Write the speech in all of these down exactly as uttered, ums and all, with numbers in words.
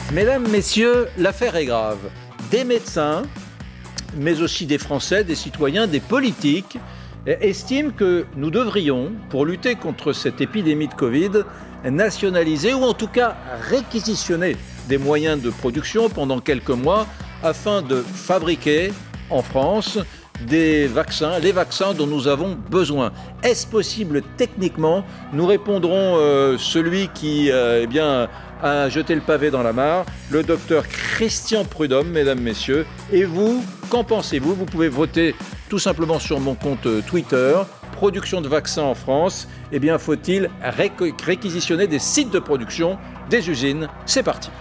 Mesdames, messieurs, l'affaire est grave. Des médecins, mais aussi des Français, des citoyens, des politiques, estiment que nous devrions, pour lutter contre cette épidémie de Covid, nationaliser ou en tout cas réquisitionner des moyens de production pendant quelques mois afin de fabriquer en France des vaccins, les vaccins dont nous avons besoin. Est-ce possible techniquement? Nous répondrons euh, celui qui euh, eh bien, a jeté le pavé dans la mare, le docteur Christian Prudhomme, mesdames, messieurs. Et vous, qu'en pensez-vous? Vous pouvez voter tout simplement sur mon compte Twitter. Production de vaccins en France. Eh bien, faut-il ré- réquisitionner des sites de production, des usines? C'est parti.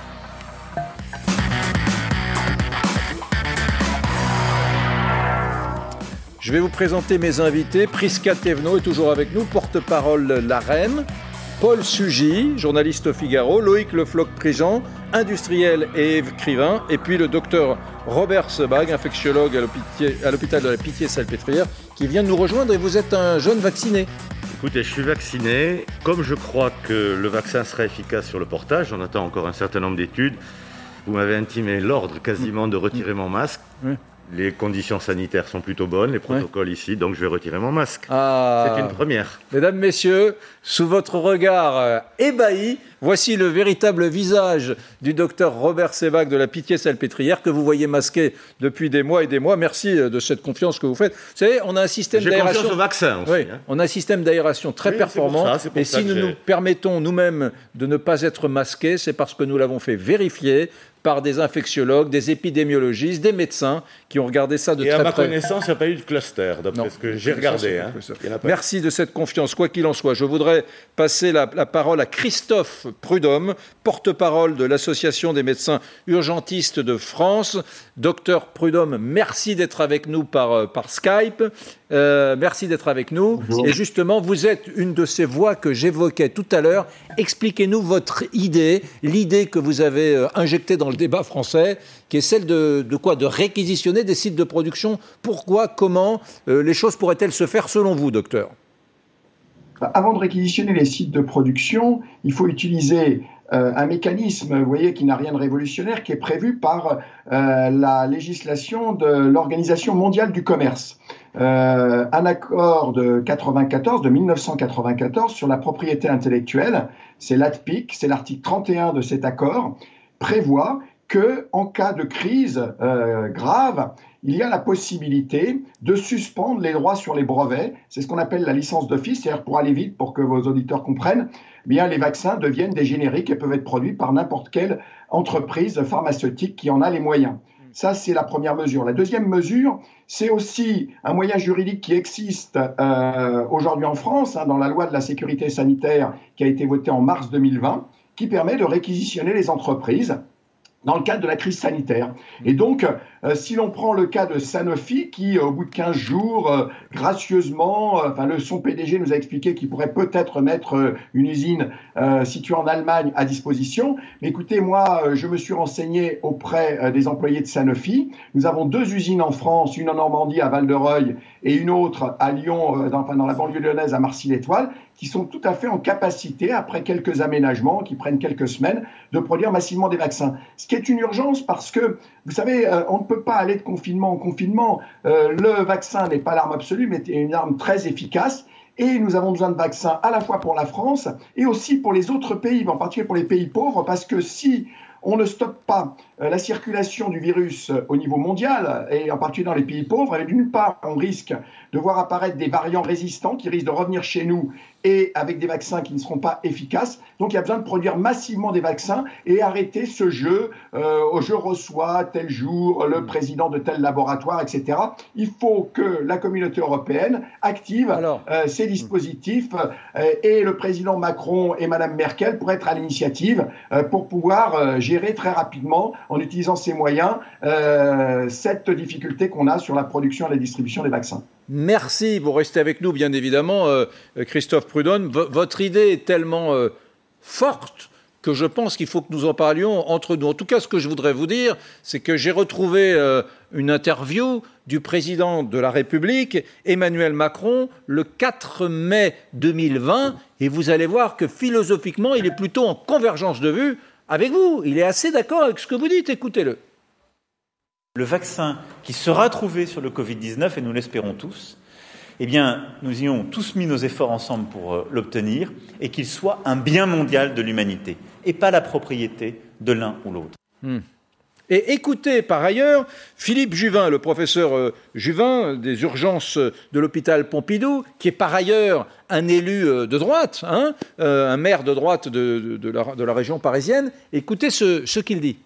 Je vais vous présenter mes invités. Prisca Thévenot est toujours avec nous, porte-parole l'AREM. Paul Sugy, journaliste au Figaro. Loïc Le Floch-Prigent, industriel et écrivain. Et puis le docteur Robert Sebag, infectiologue à l'hôpital, à l'hôpital de la Pitié-Salpêtrière, qui vient de nous rejoindre. Et vous êtes un jeune vacciné. Écoutez, je suis vacciné. Comme je crois que le vaccin sera efficace sur le portage, on attend encore un certain nombre d'études. Vous m'avez intimé l'ordre quasiment de retirer mon masque. Oui. Les conditions sanitaires sont plutôt bonnes, les protocoles ouais. ici, donc je vais retirer mon masque. Ah. C'est une première. Mesdames, messieurs, sous votre regard euh, ébahi, voici le véritable visage du docteur Robert Sebag de la Pitié-Salpêtrière que vous voyez masqué depuis des mois et des mois. Merci de cette confiance que vous faites. Vous savez, on a un système J'ai d'aération. J'ai confiance au vaccin aussi. Oui, hein. On a un système d'aération très oui, performant. C'est pour ça, c'est pour et ça si nous j'ai... nous permettons nous-mêmes de ne pas être masqués, c'est parce que nous l'avons fait vérifier par des infectiologues, des épidémiologistes, des médecins qui ont regardé ça de et très près. Et à ma connaissance, il n'y a pas eu de cluster, d'après non, ce que j'ai regardé. Hein. Merci de cette confiance. Quoi qu'il en soit, je voudrais passer la, la parole à Christophe Prudhomme, porte-parole de l'Association des médecins urgentistes de France. Docteur Prudhomme, merci d'être avec nous par, par Skype. Euh, merci d'être avec nous. Bonjour. Et justement, vous êtes une de ces voix que j'évoquais tout à l'heure. Expliquez-nous votre idée, l'idée que vous avez euh, injectée dans le débat français, qui est celle de, de quoi? De réquisitionner des sites de production. Pourquoi? Comment euh, les choses pourraient-elles se faire selon vous, docteur? Avant de réquisitionner les sites de production, il faut utiliser euh, un mécanisme, vous voyez, qui n'a rien de révolutionnaire, qui est prévu par euh, la législation de l'Organisation mondiale du commerce. Euh, un accord de quatre-vingt-quatorze, de mille neuf cent quatre-vingt-quatorze sur la propriété intellectuelle, c'est l'A T P I C, c'est l'article trente et un de cet accord, prévoit que en cas de crise euh, grave, il y a la possibilité de suspendre les droits sur les brevets. C'est ce qu'on appelle la licence d'office, c'est-à-dire pour aller vite, pour que vos auditeurs comprennent, eh bien les vaccins deviennent des génériques et peuvent être produits par n'importe quelle entreprise pharmaceutique qui en a les moyens. Ça, c'est la première mesure. La deuxième mesure, c'est aussi un moyen juridique qui existe euh, aujourd'hui en France, hein, dans la loi de la sécurité sanitaire qui a été votée en mars deux mille vingt, qui permet de réquisitionner les entreprises dans le cadre de la crise sanitaire. Et donc, euh, si l'on prend le cas de Sanofi, qui, au bout de quinze jours, euh, gracieusement, euh, enfin, le, son P D G nous a expliqué qu'il pourrait peut-être mettre euh, une usine euh, située en Allemagne à disposition. Mais écoutez, moi, euh, je me suis renseigné auprès euh, des employés de Sanofi. Nous avons deux usines en France, une en Normandie, à Val-de-Reuil, et une autre à Lyon, euh, dans, enfin, dans la banlieue lyonnaise, à Marcy-l'Étoile, qui sont tout à fait en capacité, après quelques aménagements qui prennent quelques semaines, de produire massivement des vaccins. Ce qui est une urgence parce que, vous savez, euh, on ne peut pas aller de confinement en confinement. Euh, le vaccin n'est pas l'arme absolue, mais une arme très efficace. Et nous avons besoin de vaccins à la fois pour la France et aussi pour les autres pays, en particulier pour les pays pauvres, parce que si on ne stoppe pas euh, la circulation du virus euh, au niveau mondial, et en particulier dans les pays pauvres, et d'une part, on risque de voir apparaître des variants résistants qui risquent de revenir chez nous et avec des vaccins qui ne seront pas efficaces. Donc, il y a besoin de produire massivement des vaccins et arrêter ce jeu, euh, je reçois tel jour le président de tel laboratoire, et cetera. Il faut que la communauté européenne active Alors, euh, ces dispositifs euh, et le président Macron et Madame Merkel pourraient être à l'initiative euh, pour pouvoir euh, gérer très rapidement, en utilisant ces moyens, euh, cette difficulté qu'on a sur la production et la distribution des vaccins. Merci, vous restez avec nous bien évidemment, euh, Christophe Prudhomme. V- votre idée est tellement euh, forte que je pense qu'il faut que nous en parlions entre nous. En tout cas, ce que je voudrais vous dire, c'est que j'ai retrouvé euh, une interview du président de la République, Emmanuel Macron, le quatre mai deux mille vingt, et vous allez voir que philosophiquement, il est plutôt en convergence de vues avec vous. Il est assez d'accord avec ce que vous dites. Écoutez-le. Le vaccin qui sera trouvé sur le covid dix-neuf, et nous l'espérons tous, eh bien, nous y avons tous mis nos efforts ensemble pour euh, l'obtenir, et qu'il soit un bien mondial de l'humanité, et pas la propriété de l'un ou l'autre. Hmm. Et écoutez, par ailleurs, Philippe Juvin, le professeur euh, Juvin des urgences de l'hôpital Pompidou, qui est par ailleurs un élu euh, de droite, hein, euh, un maire de droite de, de, de, la, de la région parisienne. Écoutez ce, ce qu'il dit.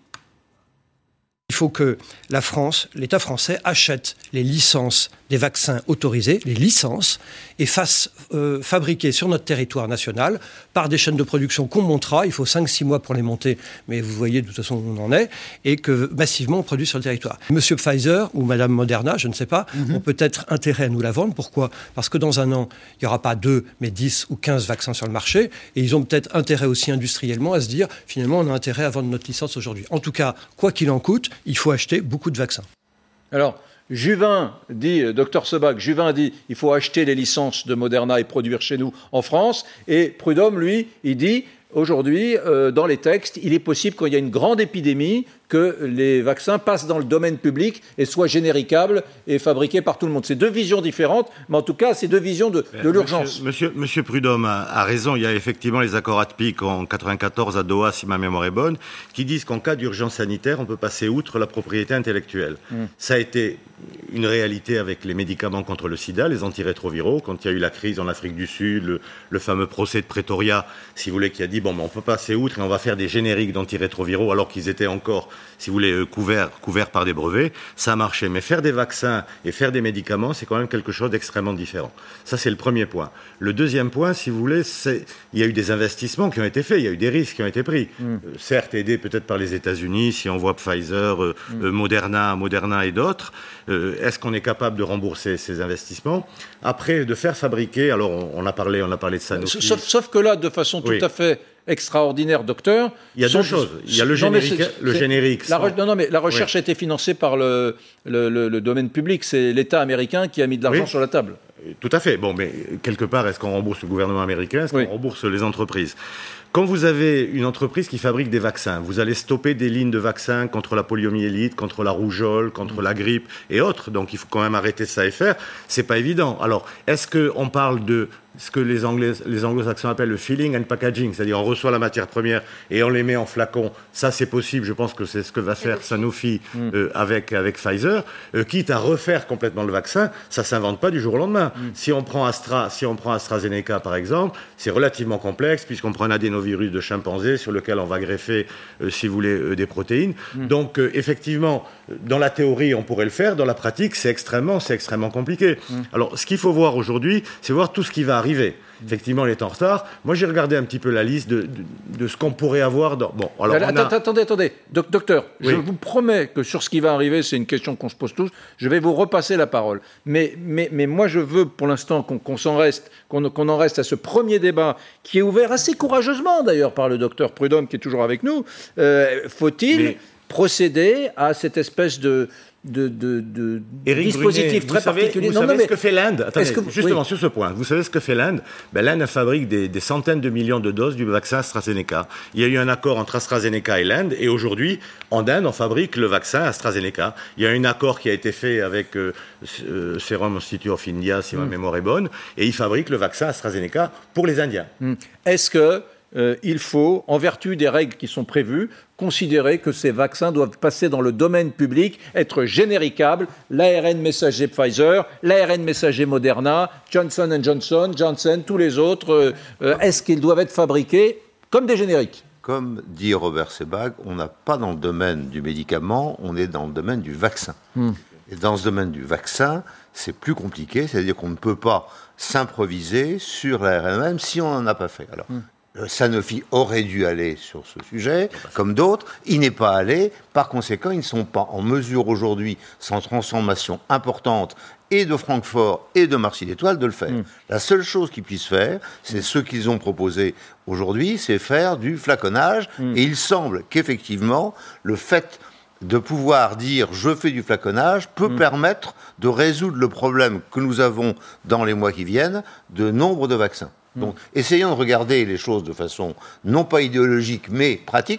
Il faut que la France, l'État français, achète les licences des vaccins autorisés, les licences, et fasse euh, fabriquer sur notre territoire national par des chaînes de production qu'on montera. Il faut cinq six mois pour les monter, mais vous voyez de toute façon où on en est, et que massivement on produit sur le territoire. Monsieur Pfizer ou Madame Moderna, je ne sais pas, mm-hmm. ont peut-être intérêt à nous la vendre. Pourquoi ? Parce que dans un an, il n'y aura pas deux, mais dix ou quinze vaccins sur le marché, et ils ont peut-être intérêt aussi industriellement à se dire, finalement, on a intérêt à vendre notre licence aujourd'hui. En tout cas, quoi qu'il en coûte, il faut acheter beaucoup de vaccins. Alors, Juvin dit, docteur Sebag, Juvin dit, il faut acheter les licences de Moderna et produire chez nous en France. Et Prudhomme, lui, il dit, aujourd'hui, euh, dans les textes, il est possible, quand il y a une grande épidémie, que les vaccins passent dans le domaine public et soient généricables et fabriqués par tout le monde. C'est deux visions différentes, mais en tout cas, c'est deux visions de, de l'urgence. Monsieur, monsieur, monsieur Prudhomme a, a raison. Il y a effectivement les accords A T P I C en quatre-vingt-quatorze à Doha, si ma mémoire est bonne, qui disent qu'en cas d'urgence sanitaire, on peut passer outre la propriété intellectuelle. Mmh. Ça a été une réalité avec les médicaments contre le sida, les antirétroviraux, quand il y a eu la crise en Afrique du Sud, le, le fameux procès de Pretoria, si vous voulez, qui a dit, bon, mais on peut passer outre et on va faire des génériques d'antirétroviraux alors qu'ils étaient encore, si vous voulez, couverts, couverts par des brevets. Ça a marché. Mais faire des vaccins et faire des médicaments, c'est quand même quelque chose d'extrêmement différent. Ça, c'est le premier point. Le deuxième point, si vous voulez, c'est il y a eu des investissements qui ont été faits, il y a eu des risques qui ont été pris. Mm. Euh, certes, aidés peut-être par les États-Unis, si on voit Pfizer, euh, mm. euh, Moderna, Moderna et d'autres. Euh, est-ce qu'on est capable de rembourser ces investissements ? Après, de faire fabriquer, alors on, on a parlé, on a parlé de Sanofi. Sauf, sauf que là, de façon tout oui. à fait extraordinaire, docteur. Il y a deux choses. Il y a le générique. Non, le générique la re... Non, non, mais la recherche oui. a été financée par le, le, le, le domaine public. C'est l'État américain qui a mis de l'argent oui. sur la table. Tout à fait. Bon, mais quelque part, est-ce qu'on rembourse le gouvernement américain ? Est-ce oui. qu'on rembourse les entreprises ? Quand vous avez une entreprise qui fabrique des vaccins, vous allez stopper des lignes de vaccins contre la poliomyélite, contre la rougeole, contre mmh. la grippe et autres. Donc, il faut quand même arrêter ça et faire. C'est pas évident. Alors, est-ce qu'on parle de ce que les, Anglais, les anglo-saxons appellent le filling and packaging, c'est-à-dire on reçoit la matière première et on les met en flacon. Ça, c'est possible. Je pense que c'est ce que va faire Sanofi mmh. euh, avec, avec Pfizer. Euh, quitte à refaire complètement le vaccin, ça s'invente pas du jour au lendemain. Mmh. Si on prend Astra, si on prend AstraZeneca, par exemple, c'est relativement complexe puisqu'on prend un adénovirus de chimpanzé sur lequel on va greffer, euh, si vous voulez, euh, des protéines. Mmh. Donc, euh, effectivement, dans la théorie, on pourrait le faire. Dans la pratique, c'est extrêmement, c'est extrêmement compliqué. Mmh. Alors, ce qu'il faut voir aujourd'hui, c'est voir tout ce qui va arriver. Effectivement, elle est en retard. Moi, j'ai regardé un petit peu la liste de, de, de ce qu'on pourrait avoir dans... Bon, alors on Attends, a... Attendez, attendez. Doc, docteur, oui. je vous promets que sur ce qui va arriver, c'est une question qu'on se pose tous, je vais vous repasser la parole. Mais, mais, mais moi, je veux, pour l'instant, qu'on, qu'on, s'en reste, qu'on, qu'on en reste à ce premier débat, qui est ouvert assez courageusement, d'ailleurs, par le docteur Prudhomme, qui est toujours avec nous. Euh, faut-il mais... procéder à cette espèce de... de, de, de dispositifs très savez, particuliers. Vous non, savez non, mais... ce que fait l'Inde Attendez, que, justement, oui. sur ce point, vous savez ce que fait l'Inde ben, L'Inde fabrique des, des centaines de millions de doses du vaccin AstraZeneca. Il y a eu un accord entre AstraZeneca et l'Inde, et aujourd'hui, en Inde, on fabrique le vaccin AstraZeneca. Il y a un accord qui a été fait avec euh, euh, Serum Institute of India, si mm. ma mémoire est bonne, et ils fabriquent le vaccin AstraZeneca pour les Indiens. Mm. Est-ce que Euh, il faut, en vertu des règles qui sont prévues, considérer que ces vaccins doivent passer dans le domaine public, être généricables, l'A R N messager Pfizer, l'A R N messager Moderna, Johnson and Johnson, Janssen, tous les autres, euh, euh, est-ce qu'ils doivent être fabriqués comme des génériques ? Comme dit Robert Sebag, on n'est pas dans le domaine du médicament, on est dans le domaine du vaccin. Hmm. Et dans ce domaine du vaccin, c'est plus compliqué, c'est-à-dire qu'on ne peut pas s'improviser sur l'A R N même si on n'en a pas fait. Alors, hmm. Sanofi aurait dû aller sur ce sujet, comme d'autres. Il n'est pas allé. Par conséquent, ils ne sont pas en mesure aujourd'hui, sans transformation importante, et de Francfort et de Marcy-l'Étoile, de le faire. Mmh. La seule chose qu'ils puissent faire, c'est mmh. ce qu'ils ont proposé aujourd'hui, c'est faire du flaconnage. Mmh. Et il semble qu'effectivement, le fait de pouvoir dire « je fais du flaconnage » peut mmh. permettre de résoudre le problème que nous avons dans les mois qui viennent de nombre de vaccins. Donc, essayons de regarder les choses de façon non pas idéologique, mais pratique.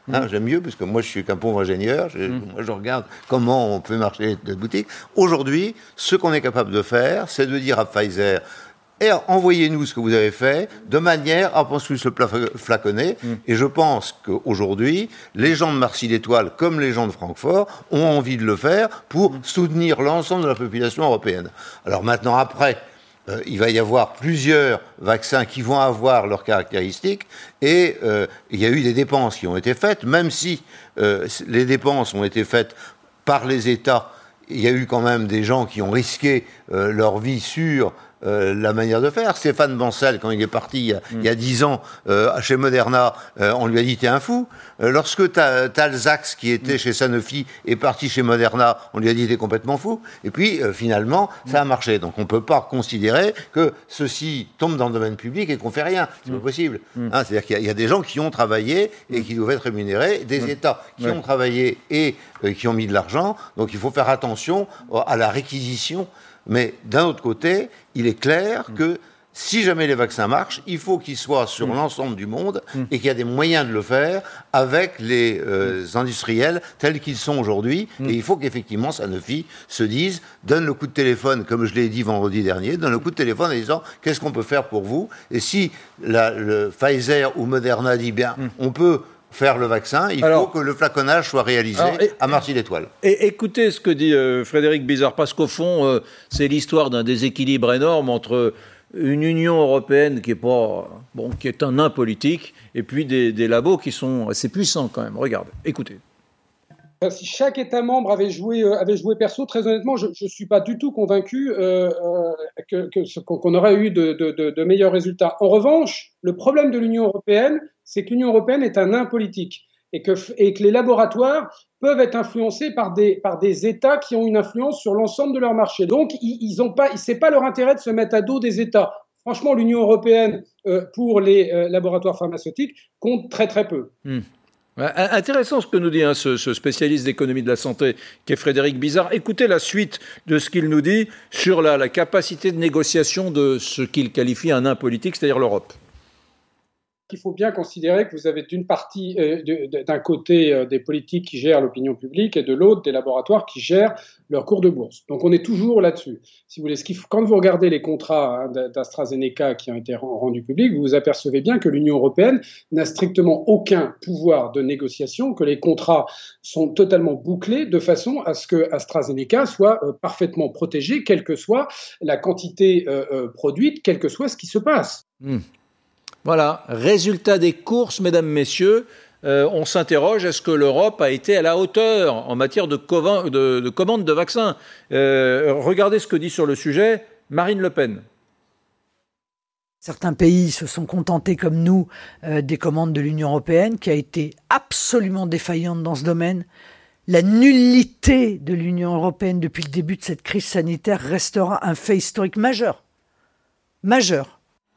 Hein, mmh. J'aime mieux, parce que moi, je suis qu'un pauvre ingénieur. Je, mmh. Moi, je regarde comment on peut marcher de boutique. Aujourd'hui, ce qu'on est capable de faire, c'est de dire à Pfizer... Et envoyez-nous ce que vous avez fait, de manière à penser se flaconner. Mmh. Et je pense qu'aujourd'hui, les gens de Marcy-l'Étoile, comme les gens de Francfort, ont envie de le faire pour mmh. soutenir l'ensemble de la population européenne. Alors maintenant, après, euh, il va y avoir plusieurs vaccins qui vont avoir leurs caractéristiques. Et euh, il y a eu des dépenses qui ont été faites, même si euh, les dépenses ont été faites par les États. Il y a eu quand même des gens qui ont risqué euh, leur vie sur... Euh, la manière de faire. Stéphane Bancel, quand il est parti il y a, mmh. il y a dix ans euh, chez Moderna, euh, on lui a dit t'es un fou. Euh, lorsque Talzax, qui était mmh. chez Sanofi, est parti chez Moderna, on lui a dit t'es complètement fou. Et puis euh, finalement, mmh. ça a marché. Donc on ne peut pas considérer que ceci tombe dans le domaine public et qu'on fait rien. C'est mmh. pas possible. Mmh. Hein, c'est-à-dire qu'il y a, il y a des gens qui ont travaillé et mmh. qui doivent être rémunérés, des mmh. États qui ouais. ont travaillé et euh, qui ont mis de l'argent. Donc il faut faire attention à la réquisition. Mais d'un autre côté, il est clair mmh. que si jamais les vaccins marchent, il faut qu'ils soient sur mmh. l'ensemble du monde mmh. et qu'il y a des moyens de le faire avec les euh, mmh. industriels tels qu'ils sont aujourd'hui. Mmh. Et il faut qu'effectivement Sanofi se dise, donne le coup de téléphone, comme je l'ai dit vendredi dernier, donne le coup de téléphone en disant qu'est-ce qu'on peut faire pour vous. Et si la, le Pfizer ou Moderna dit bien, mmh. on peut... faire le vaccin, il alors, faut que le flaconnage soit réalisé alors, et, à Marcy-l'Étoile. Et écoutez ce que dit euh, Frédéric Bizard, parce qu'au fond, euh, c'est l'histoire d'un déséquilibre énorme entre une Union européenne qui est, pas, bon, qui est un nain politique et puis des, des labos qui sont assez puissants quand même. Regarde, écoutez. Si chaque État membre avait joué, euh, avait joué perso, très honnêtement, je ne suis pas du tout convaincu euh, euh, que, que, qu'on aurait eu de, de, de, de meilleurs résultats. En revanche, le problème de l'Union européenne, c'est que l'Union européenne est un nain politique et que, et que les laboratoires peuvent être influencés par des, par des États qui ont une influence sur l'ensemble de leur marché. Donc, ils, ils ont pas, c'est pas leur intérêt de se mettre à dos des États. Franchement, l'Union européenne, euh, pour les euh, laboratoires pharmaceutiques, compte très très peu. Mmh. Intéressant ce que nous dit hein, ce, ce spécialiste d'économie de la santé qui est Frédéric Bizard. Écoutez la suite de ce qu'il nous dit sur la, la capacité de négociation de ce qu'il qualifie un nain politique, c'est-à-dire l'Europe. Il faut bien considérer que vous avez d'une partie, euh, de, d'un côté euh, des politiques qui gèrent l'opinion publique et de l'autre des laboratoires qui gèrent leur cours de bourse. Donc on est toujours là-dessus. Si vous voulez, ce qu'il faut, quand vous regardez les contrats hein, d'AstraZeneca qui ont été rendus publics, vous vous apercevez bien que l'Union européenne n'a strictement aucun pouvoir de négociation, que les contrats sont totalement bouclés de façon à ce que AstraZeneca soit euh, parfaitement protégé, quelle que soit la quantité euh, euh, produite, quel que soit ce qui se passe. Mmh. Voilà, résultat des courses, mesdames, messieurs, euh, on s'interroge, est-ce que l'Europe a été à la hauteur en matière de, covan- de, de commande de vaccins euh, Regardez ce que dit sur le sujet Marine Le Pen. Certains pays se sont contentés, comme nous, euh, des commandes de l'Union européenne, qui a été absolument défaillante dans ce domaine. La nullité de l'Union européenne depuis le début de cette crise sanitaire restera un fait historique majeur. Majeur.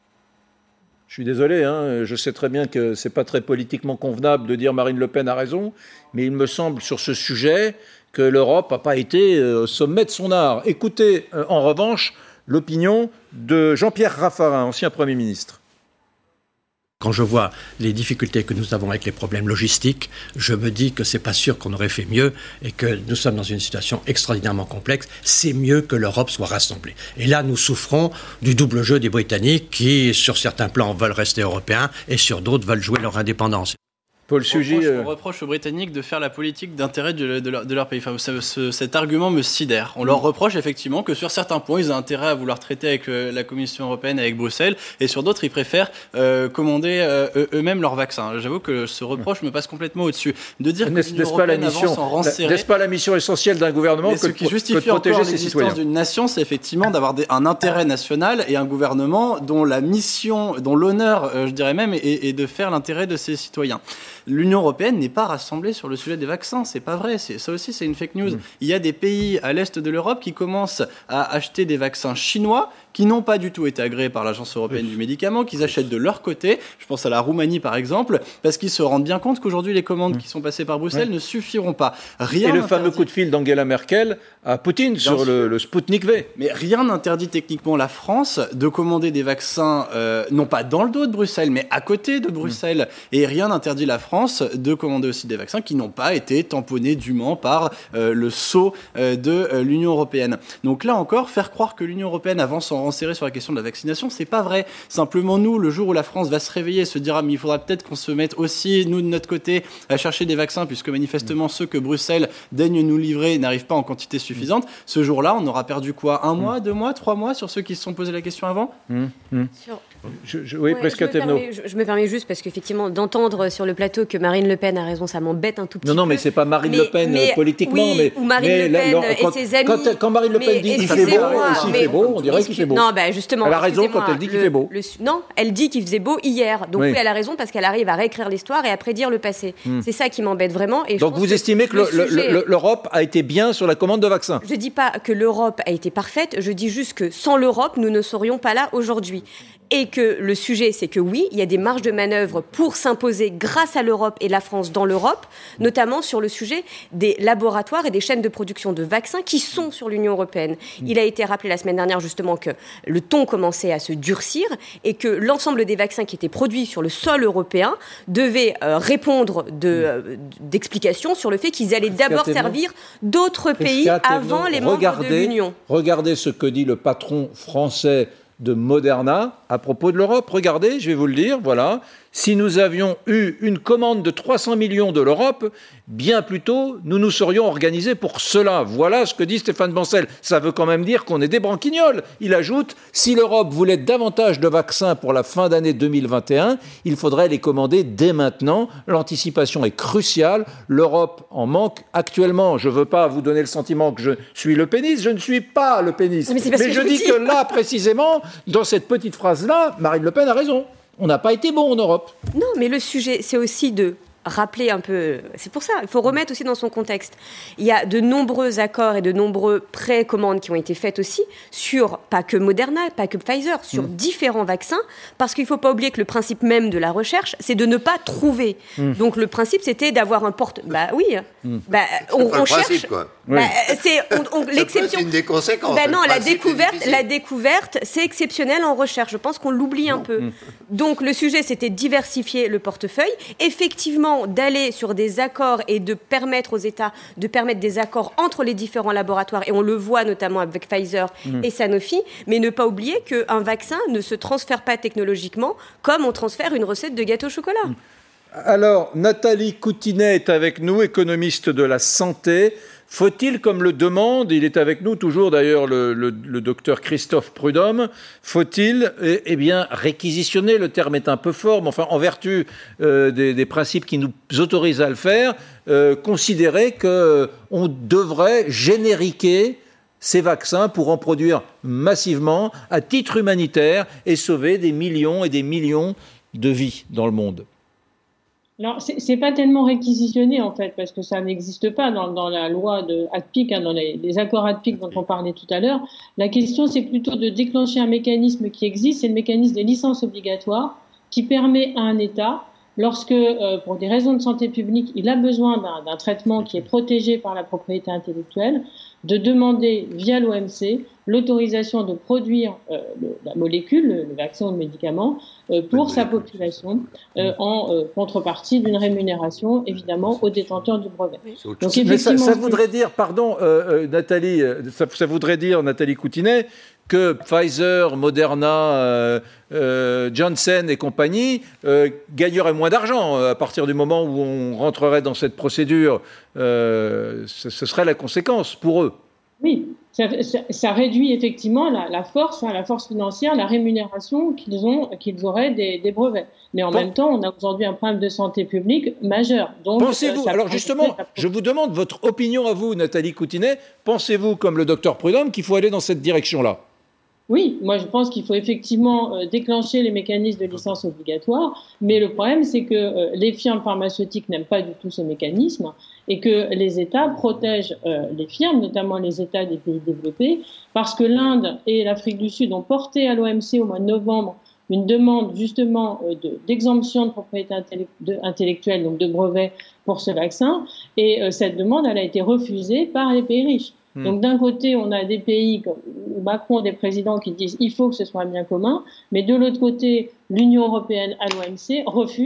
Je suis désolé, hein, je sais très bien que ce n'est pas très politiquement convenable de dire Marine Le Pen a raison, mais il me semble sur ce sujet que l'Europe n'a pas été au sommet de son art. Écoutez, euh, en revanche, l'opinion de Jean-Pierre Raffarin, ancien Premier ministre. Quand je vois les difficultés que nous avons avec les problèmes logistiques, je me dis que c'est pas sûr qu'on aurait fait mieux et que nous sommes dans une situation extraordinairement complexe. C'est mieux que l'Europe soit rassemblée. Et là, nous souffrons du double jeu des Britanniques qui, sur certains plans, veulent rester européens et sur d'autres veulent jouer leur indépendance. Paul Sugy, on, reproche, on reproche aux Britanniques de faire la politique d'intérêt de, de, leur, de leur pays. Enfin, ce, ce, cet argument me sidère. On leur reproche effectivement que sur certains points, ils ont intérêt à vouloir traiter avec euh, la Commission européenne, avec Bruxelles, et sur d'autres, ils préfèrent euh, commander euh, eux-mêmes leurs vaccins. J'avoue que ce reproche me passe complètement au-dessus. De dire n'est-ce, que l'Union européenne avance en rang serré... N'est-ce pas la mission essentielle d'un gouvernement que, ce qui que, justifie que de protéger encore ses citoyens. l'existence d'une nation, c'est effectivement d'avoir des, un intérêt national et un gouvernement dont la mission, dont l'honneur, euh, je dirais même, est, est de faire l'intérêt de ses citoyens. L'Union européenne n'est pas rassemblée sur le sujet des vaccins, c'est pas vrai, c'est, ça aussi c'est une fake news. Mmh. Il y a des pays à l'est de l'Europe qui commencent à acheter des vaccins chinois qui n'ont pas du tout été agréés par l'Agence européenne mmh. du médicament, qu'ils achètent de leur côté, je pense à la Roumanie par exemple, parce qu'ils se rendent bien compte qu'aujourd'hui les commandes mmh. qui sont passées par Bruxelles ouais. ne suffiront pas. Rien Et le fameux coup de fil d'Angela Merkel à Poutine bien sur le, le Sputnik V. Mais rien n'interdit techniquement la France de commander des vaccins, euh, non pas dans le dos de Bruxelles, mais à côté de Bruxelles. Mmh. Et rien n'interdit la France France de commander aussi des vaccins qui n'ont pas été tamponnés dûment par euh, le sceau euh, de euh, l'Union européenne. Donc là encore, faire croire que l'Union européenne avance en serré sur la question de la vaccination, c'est pas vrai. Simplement, nous, le jour où la France va se réveiller et se dira, mais il faudra peut-être qu'on se mette aussi, nous, de notre côté, à chercher des vaccins, puisque manifestement, ceux que Bruxelles daigne nous livrer n'arrivent pas en quantité suffisante, ce jour-là, on aura perdu quoi ? Un mois, deux mois, trois mois sur ceux qui se sont posé la question avant ? Mmh, mmh. Sur... Je, je, oui, ouais, Prisca je, me Thévenot. permets, je, je me permets juste parce qu'effectivement, d'entendre sur le plateau que Marine Le Pen a raison, ça m'embête un tout petit peu. Non, non, mais c'est pas Marine mais, Le Pen mais, politiquement, oui, mais ou Marine mais Le Pen là, et quand, ses amis. Quand, quand Marine Le Pen dit qu'il fait beau, ici il fait beau, on dirait qu'il fait beau. Non, bah justement. Elle a raison quand elle dit qu'il le, fait beau. Le, non, elle dit qu'il faisait beau hier. Donc oui. oui, elle a raison parce qu'elle arrive à réécrire l'histoire et à prédire le passé. Hmm. C'est ça qui m'embête vraiment. Et donc je vous que estimez que le, le, sujet, le, l'Europe a été bien sur la commande de vaccins ? Je dis pas que l'Europe a été parfaite. Je dis juste que sans l'Europe, nous ne serions pas là aujourd'hui. Et que le sujet, c'est que oui, il y a des marges de manœuvre pour s'imposer grâce à l'Europe et la France dans l'Europe, notamment sur le sujet des laboratoires et des chaînes de production de vaccins qui sont sur l'Union européenne. Il a été rappelé la semaine dernière justement que le ton commençait à se durcir et que l'ensemble des vaccins qui étaient produits sur le sol européen devaient euh, répondre de, euh, d'explications sur le fait qu'ils allaient d'abord servir d'autres pays avant les membres regardez, de l'Union. Regardez ce que dit le patron français de Moderna à propos de l'Europe. Regardez, je vais vous le dire, voilà. Si nous avions eu une commande de trois cents millions de l'Europe, bien plus tôt, nous nous serions organisés pour cela. Voilà ce que dit Stéphane Bancel. Ça veut quand même dire qu'on est des branquignoles. Il ajoute, si l'Europe voulait davantage de vaccins pour la fin d'année deux mille vingt et un, il faudrait les commander dès maintenant. L'anticipation est cruciale. L'Europe en manque actuellement. Je ne veux pas vous donner le sentiment que je suis le péniste. Je ne suis pas le péniste. Mais, Mais je, je dis, dis que là, précisément, dans cette petite phrase-là, Marine Le Pen a raison. On n'a pas été bon en Europe. Non, mais le sujet, c'est aussi de rappeler un peu... C'est pour ça, il faut remettre aussi dans son contexte. Il y a de nombreux accords et de nombreux précommandes qui ont été faites aussi sur, pas que Moderna, pas que Pfizer, sur mmh. différents vaccins, parce qu'il ne faut pas oublier que le principe même de la recherche, c'est de ne pas trouver. Mmh. Donc le principe, c'était d'avoir un porte... Bah oui, mmh. bah, on, on le cherche... Principe, quoi. Bah, c'est on, on, l'exception. C'est une des conséquences. Bah non, la découverte, la découverte, c'est exceptionnel en recherche. Je pense qu'on l'oublie un peu. Mmh. Donc le sujet, c'était de diversifier le portefeuille. Effectivement, d'aller sur des accords et de permettre aux États de permettre des accords entre les différents laboratoires. Et on le voit notamment avec Pfizer mmh. et Sanofi. Mais ne pas oublier qu'un vaccin ne se transfère pas technologiquement comme on transfère une recette de gâteau au chocolat. Mmh. Alors, Nathalie Coutinet est avec nous, économiste de la santé. Faut-il, comme le demande, il est avec nous toujours d'ailleurs le, le, le docteur Christophe Prudhomme, faut-il eh, eh bien réquisitionner, le terme est un peu fort, mais enfin en vertu euh, des, des principes qui nous autorisent à le faire, euh, considérer qu'on euh, devrait génériquer ces vaccins pour en produire massivement à titre humanitaire et sauver des millions et des millions de vies dans le monde? Alors, c'est, c'est pas tellement réquisitionné, en fait, parce que ça n'existe pas dans, dans la loi de ADPIC, hein, dans les, les accords ADPIC dont on parlait tout à l'heure. La question, c'est plutôt de déclencher un mécanisme qui existe, c'est le mécanisme des licences obligatoires, qui permet à un État, lorsque, euh, pour des raisons de santé publique, il a besoin d'un, d'un traitement qui est protégé par la propriété intellectuelle, de demander, via l'O M C, l'autorisation de produire euh, le, la molécule, le, le vaccin ou le médicament, euh, pour sa population, euh, en euh, contrepartie d'une rémunération, évidemment, aux détenteurs du brevet. Donc, mais ça, ça voudrait dire, pardon, euh, euh, Nathalie, ça, ça voudrait dire, Nathalie Coutinet, que Pfizer, Moderna, euh, euh, Johnson et compagnie euh, gagneraient moins d'argent à partir du moment où on rentrerait dans cette procédure. Euh, ce, ce serait la conséquence pour eux. Oui, ça, ça, ça réduit effectivement la, la force, hein, la force financière, la rémunération qu'ils ont, qu'ils auraient des, des brevets. Mais en bon. même temps, on a aujourd'hui un problème de santé publique majeur. Donc, pensez-vous, alors justement, je vous demande votre opinion à vous, Nathalie Coutinet. Pensez-vous, comme le docteur Prudhomme, qu'il faut aller dans cette direction-là ? Oui, moi je pense qu'il faut effectivement euh, déclencher les mécanismes de licence obligatoire, mais le problème c'est que euh, les firmes pharmaceutiques n'aiment pas du tout ces mécanismes et que les États protègent euh, les firmes, notamment les États des pays développés, parce que l'Inde et l'Afrique du Sud ont porté à l'O M C au mois de novembre une demande justement euh, de, d'exemption de propriété intellect- de, intellectuelle, donc de brevets pour ce vaccin, et euh, cette demande elle a été refusée par les pays riches. Donc d'un côté, on a des pays comme où Macron, des présidents qui disent il faut que ce soit un bien commun, mais de l'autre côté, l'Union européenne à l'O M C refuse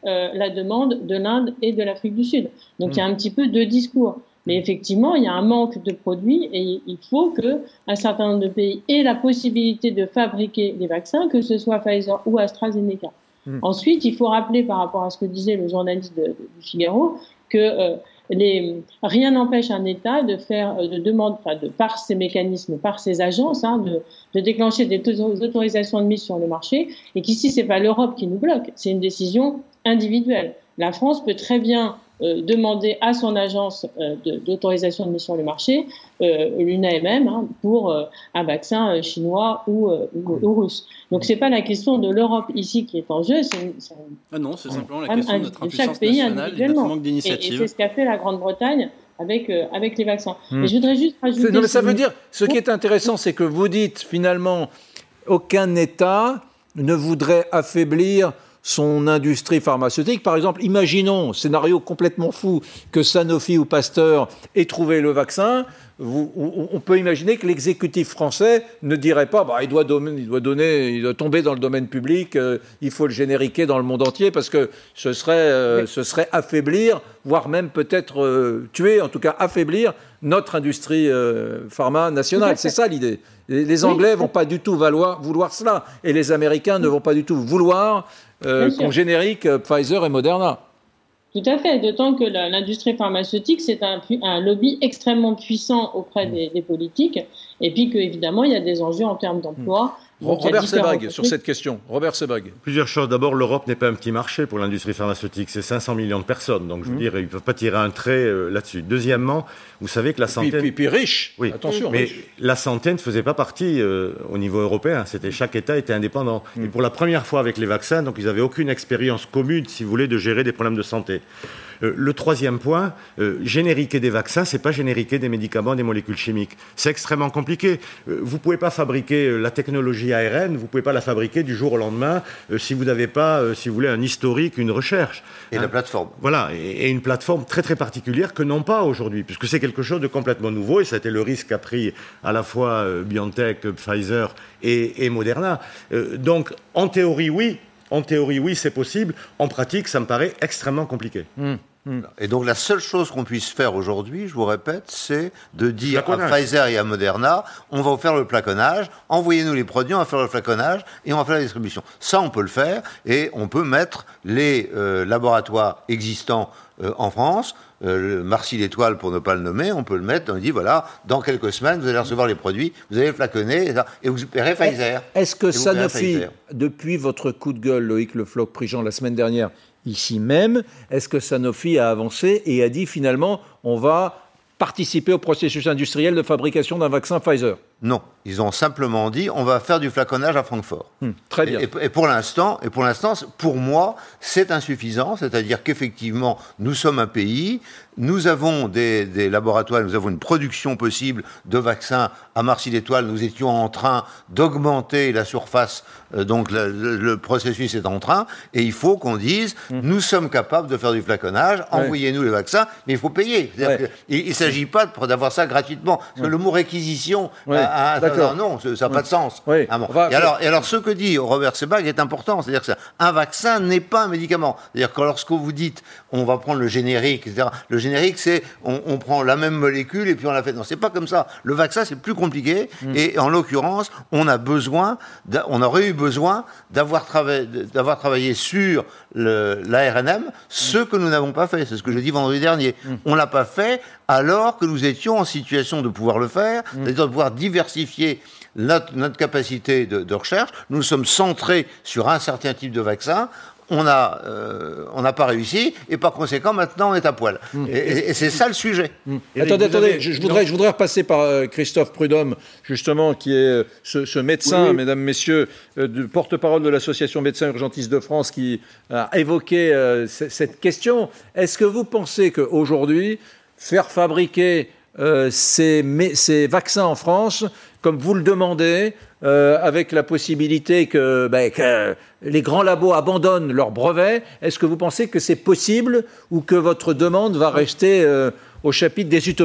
euh, la demande de l'Inde et de l'Afrique du Sud. Donc mmh. il y a un petit peu deux discours. Mais effectivement, il y a un manque de produits et il faut qu'un certain nombre de pays aient la possibilité de fabriquer des vaccins, que ce soit Pfizer ou AstraZeneca. Mmh. Ensuite, il faut rappeler par rapport à ce que disait le journaliste de, de, du Figaro que euh, les, rien n'empêche un État de faire de demande, enfin de par ses mécanismes, par ses agences, hein, de, de déclencher des autorisations de mise sur le marché, et qu'ici c'est pas l'Europe qui nous bloque, c'est une décision individuelle. La France peut très bien euh, demander à son agence euh, de, d'autorisation de mise sur le marché, euh, l'U N A M M, hein, pour euh, un vaccin euh, chinois ou, euh, ou, ou russe. Donc c'est pas la question de l'Europe ici qui est en jeu, c'est, une, c'est un, ah non, c'est simplement la question un, de notre impuissance chaque pays nationale et notre manque d'initiative. Et, et c'est ce qu'a fait la Grande-Bretagne avec, euh, avec les vaccins. Mmh. Et je voudrais juste rajouter... Non, mais ça veut dire, ce qui est intéressant, c'est que vous dites finalement, aucun État ne voudrait affaiblir son industrie pharmaceutique. Par exemple, imaginons, scénario complètement fou, que Sanofi ou Pasteur aient trouvé le vaccin. Vous, on peut imaginer que l'exécutif français ne dirait pas bah, il, doit donner, il, doit donner, il doit tomber dans le domaine public, euh, il faut le génériquer dans le monde entier, parce que ce serait, euh, ce serait affaiblir, voire même peut-être euh, tuer, en tout cas affaiblir notre industrie euh, pharma nationale. C'est ça l'idée. Les, les Anglais ne vont pas du tout valoir, vouloir cela, et les Américains ne vont pas du tout vouloir euh, qu'on générique euh, Pfizer et Moderna. Tout à fait, d'autant que la, l'industrie pharmaceutique, c'est un, un lobby extrêmement puissant auprès des, des politiques, et puis qu'évidemment, il y a des enjeux en termes d'emploi. Donc, Robert Sebag, sur cette question. Robert Sebag. Plusieurs choses. D'abord, l'Europe n'est pas un petit marché pour l'industrie pharmaceutique. C'est cinq cents millions de personnes. Donc, je veux mmh. dire, ils ne peuvent pas tirer un trait euh, là-dessus. Deuxièmement, vous savez que la santé... Puis, puis, puis riche. Oui, attention. Mais riche. La santé ne faisait pas partie euh, au niveau européen. C'était, chaque État était indépendant. Mmh. Et pour la première fois avec les vaccins, donc ils n'avaient aucune expérience commune, si vous voulez, de gérer des problèmes de santé. Euh, le troisième point, euh, génériquer des vaccins, c'est pas génériquer des médicaments, des molécules chimiques. C'est extrêmement compliqué. Euh, vous pouvez pas fabriquer euh, la technologie A R N, vous pouvez pas la fabriquer du jour au lendemain euh, si vous n'avez pas, euh, si vous voulez, un historique, une recherche. Et hein. la plateforme. Voilà, et, et une plateforme très très particulière que n'ont pas aujourd'hui, puisque c'est quelque chose de complètement nouveau, et ça a été le risque qu'a pris à la fois euh, BioNTech, Pfizer et, et Moderna. Euh, donc, en théorie, oui. En théorie, oui, c'est possible. En pratique, ça me paraît extrêmement compliqué. Mmh. Et donc la seule chose qu'on puisse faire aujourd'hui, je vous répète, c'est de dire à Pfizer et à Moderna, on va vous faire le flaconnage, envoyez-nous les produits, on va faire le flaconnage et on va faire la distribution. Ça, on peut le faire et on peut mettre les euh, laboratoires existants euh, en France, euh, Marcy l'Étoile pour ne pas le nommer, on peut le mettre, on dit voilà, dans quelques semaines, vous allez recevoir les produits, vous allez flaconner et vous paierez Pfizer. Est-ce que Sanofi, depuis votre coup de gueule, Loïc Le Floch-Prigent, la semaine dernière, ici même, est-ce que Sanofi a avancé et a dit finalement on va participer au processus industriel de fabrication d'un vaccin Pfizer? Non, ils ont simplement dit on va faire du flaconnage à Francfort. Hum, très bien. Et, et, et pour l'instant, et pour l'instant, pour moi, c'est insuffisant. C'est-à-dire qu'effectivement, nous sommes un pays, nous avons des, des laboratoires, nous avons une production possible de vaccins. À Marcy-l'Étoile, nous étions en train d'augmenter la surface. Euh, donc le, le, le processus est en train, et il faut qu'on dise hum. nous sommes capables de faire du flaconnage. Ouais. Envoyez-nous les vaccins, mais il faut payer. Ouais. Il ne s'agit pas de, d'avoir ça gratuitement. Parce que ouais. le mot réquisition. Ouais. Euh, Ah, D'accord. Non, ça n'a pas de sens. Oui. Ah bon. va, et, alors, et alors, ce que dit Robert Sebag est important. C'est-à-dire qu'un vaccin n'est pas un médicament. C'est-à-dire que lorsque vous dites on va prendre le générique, et cetera, le générique, c'est on, on prend la même molécule et puis on la fait. Non, c'est pas comme ça. Le vaccin, c'est plus compliqué. Mm. Et en l'occurrence, on a besoin, on aurait eu besoin d'avoir, trava- d'avoir travaillé sur le, l'A R N M, ce que nous n'avons pas fait. C'est ce que j'ai dit vendredi dernier. Mm. On l'a pas fait alors que nous étions en situation de pouvoir le faire, mm. c'est-à-dire de pouvoir diversifier notre, notre capacité de, de recherche. Nous nous sommes centrés sur un certain type de vaccin. On n'a euh, on n'a pas réussi, et par conséquent, maintenant, on est à poil. Mmh. Et, et, et c'est ça le sujet. Mmh. Attendez, attendez, avez... je, je, voudrais, je voudrais repasser par euh, Christophe Prudhomme, justement, qui est euh, ce, ce médecin, oui. mesdames, messieurs, euh, du porte-parole de l'Association Médecins Urgentistes de France, qui a évoqué euh, c- cette question. Est-ce que vous pensez qu'aujourd'hui, faire fabriquer euh, ces, mé- ces vaccins en France, comme vous le demandez, euh, avec la possibilité que, ben, que les grands labos abandonnent leurs brevets, est-ce que vous pensez que c'est possible ou que votre demande va rester euh, au chapitre des utopies ?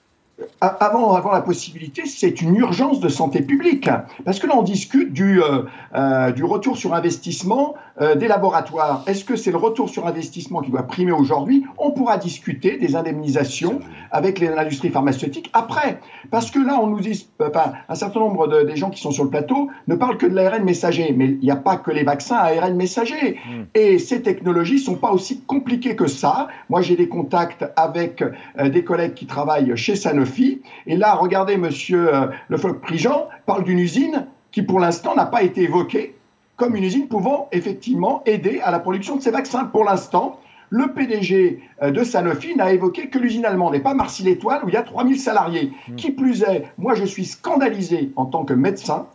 Avant d'avoir la possibilité, c'est une urgence de santé publique. Parce que là, on discute du, euh, euh, du retour sur investissement euh, des laboratoires, est-ce que c'est le retour sur investissement qui doit primer aujourd'hui? On pourra discuter des indemnisations avec l'industrie pharmaceutique après. Parce que là, on nous dit, enfin, un certain nombre de, des gens qui sont sur le plateau ne parlent que de l'A R N messager. Mais il n'y a pas que les vaccins à A R N messager. Mmh. Et ces technologies ne sont pas aussi compliquées que ça. Moi, j'ai des contacts avec euh, des collègues qui travaillent chez Sanofi. Et là, regardez, monsieur euh, Le Floch-Prigent parle d'une usine qui, pour l'instant, n'a pas été évoquée comme une usine pouvant effectivement aider à la production de ces vaccins. Pour l'instant, le P D G de Sanofi n'a évoqué que l'usine allemande et pas Marcy-l'Étoile où il y a trois mille salariés. Mmh. Qui plus est, moi je suis scandalisé en tant que médecin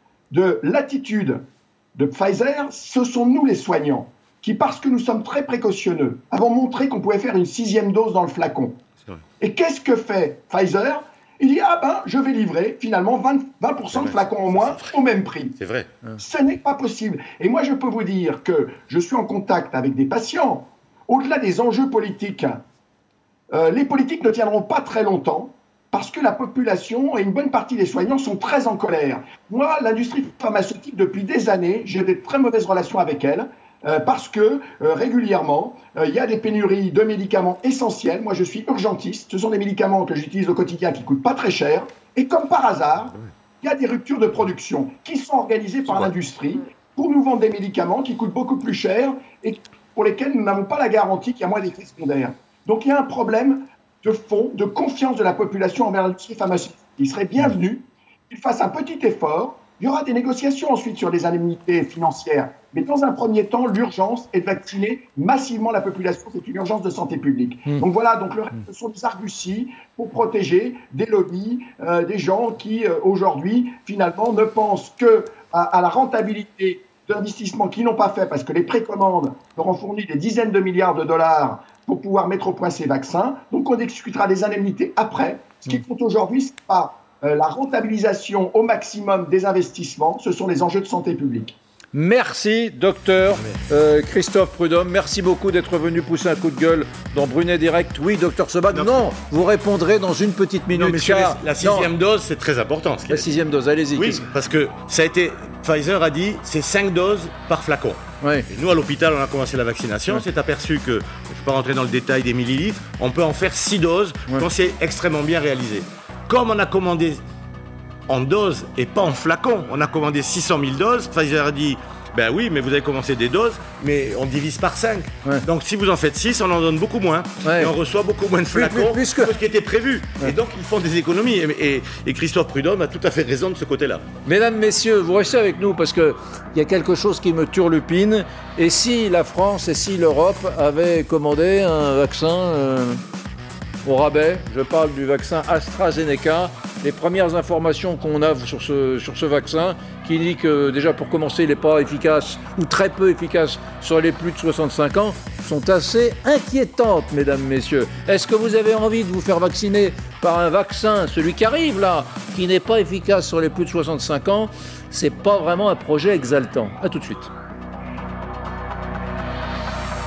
de l'attitude de Pfizer. Ce sont nous les soignants qui, parce que nous sommes très précautionneux, avons montré qu'on pouvait faire une sixième dose dans le flacon. Et qu'est-ce que fait Pfizer? Il dit, ah ben, je vais livrer finalement vingt, vingt pour cent de flacons en moins au même prix. C'est vrai. Ce n'est pas possible. Et moi, je peux vous dire que je suis en contact avec des patients. Au-delà des enjeux politiques, euh, les politiques ne tiendront pas très longtemps parce que la population et une bonne partie des soignants sont très en colère. Moi, l'industrie pharmaceutique, depuis des années, j'ai de très mauvaises relations avec elle euh, parce que euh, régulièrement, il euh, y a des pénuries de médicaments essentiels. Moi, je suis urgentiste. Ce sont des médicaments que j'utilise au quotidien qui ne coûtent pas très cher. Et comme par hasard, il y a des ruptures de production qui sont organisées par l'industrie pour nous vendre des médicaments qui coûtent beaucoup plus cher et pour lesquels nous n'avons pas la garantie qu'il y a moins d'effets secondaires. Donc il y a un problème de fond, de confiance de la population envers l'industrie pharmaceutique. Il serait bienvenu qu'il fasse un petit effort. Il y aura des négociations ensuite sur des indemnités financières. Mais dans un premier temps, l'urgence est de vacciner massivement la population. C'est une urgence de santé publique. Mmh. Donc voilà, donc le reste, ce sont des arguties pour protéger des lobbies, euh, des gens qui, euh, aujourd'hui, finalement, ne pensent que à, à la rentabilité d'investissements qu'ils n'ont pas fait parce que les précommandes leur ont fourni des dizaines de milliards de dollars pour pouvoir mettre au point ces vaccins. Donc on discutera des indemnités après. Ce qui compte aujourd'hui, ce n'est pas euh, la rentabilisation au maximum des investissements, ce sont les enjeux de santé publique. Merci, docteur euh, Christophe Prudhomme. Merci beaucoup d'être venu pousser un coup de gueule dans Brunet Direct. Oui, docteur Sebag, non. non, vous répondrez dans une petite minute. Non, mais car... la sixième non. dose, c'est très important. La sixième dose, allez-y. Oui, parce que ça a été... Pfizer a dit c'est cinq doses par flacon. Oui. Et nous, à l'hôpital, on a commencé la vaccination. Oui. On s'est aperçu que, je ne vais pas rentrer dans le détail des millilitres, on peut en faire six doses oui. quand c'est extrêmement bien réalisé. Comme on a commandé en doses et pas en flacon, on a commandé six cent mille doses, Pfizer a dit ben oui, mais vous avez commencé des doses, mais on divise par cinq. Ouais. Donc si vous en faites six, on en donne beaucoup moins. Ouais. Et on reçoit beaucoup moins de flacons plus, plus, que ce qui était prévu. Ouais. Et donc ils font des économies. Et, et, et Christophe Prudhomme a tout à fait raison de ce côté-là. Mesdames, messieurs, vous restez avec nous parce qu'il y a quelque chose qui me turlupine. Et si la France et si l'Europe avaient commandé un vaccin euh, au rabais, je parle du vaccin AstraZeneca, les premières informations qu'on a sur ce, sur ce vaccin qui dit que déjà pour commencer il n'est pas efficace ou très peu efficace sur les plus de soixante-cinq ans sont assez inquiétantes, mesdames, messieurs. Est-ce que vous avez envie de vous faire vacciner par un vaccin, celui qui arrive là, qui n'est pas efficace sur les plus de soixante-cinq ans? C'est pas vraiment un projet exaltant. À tout de suite.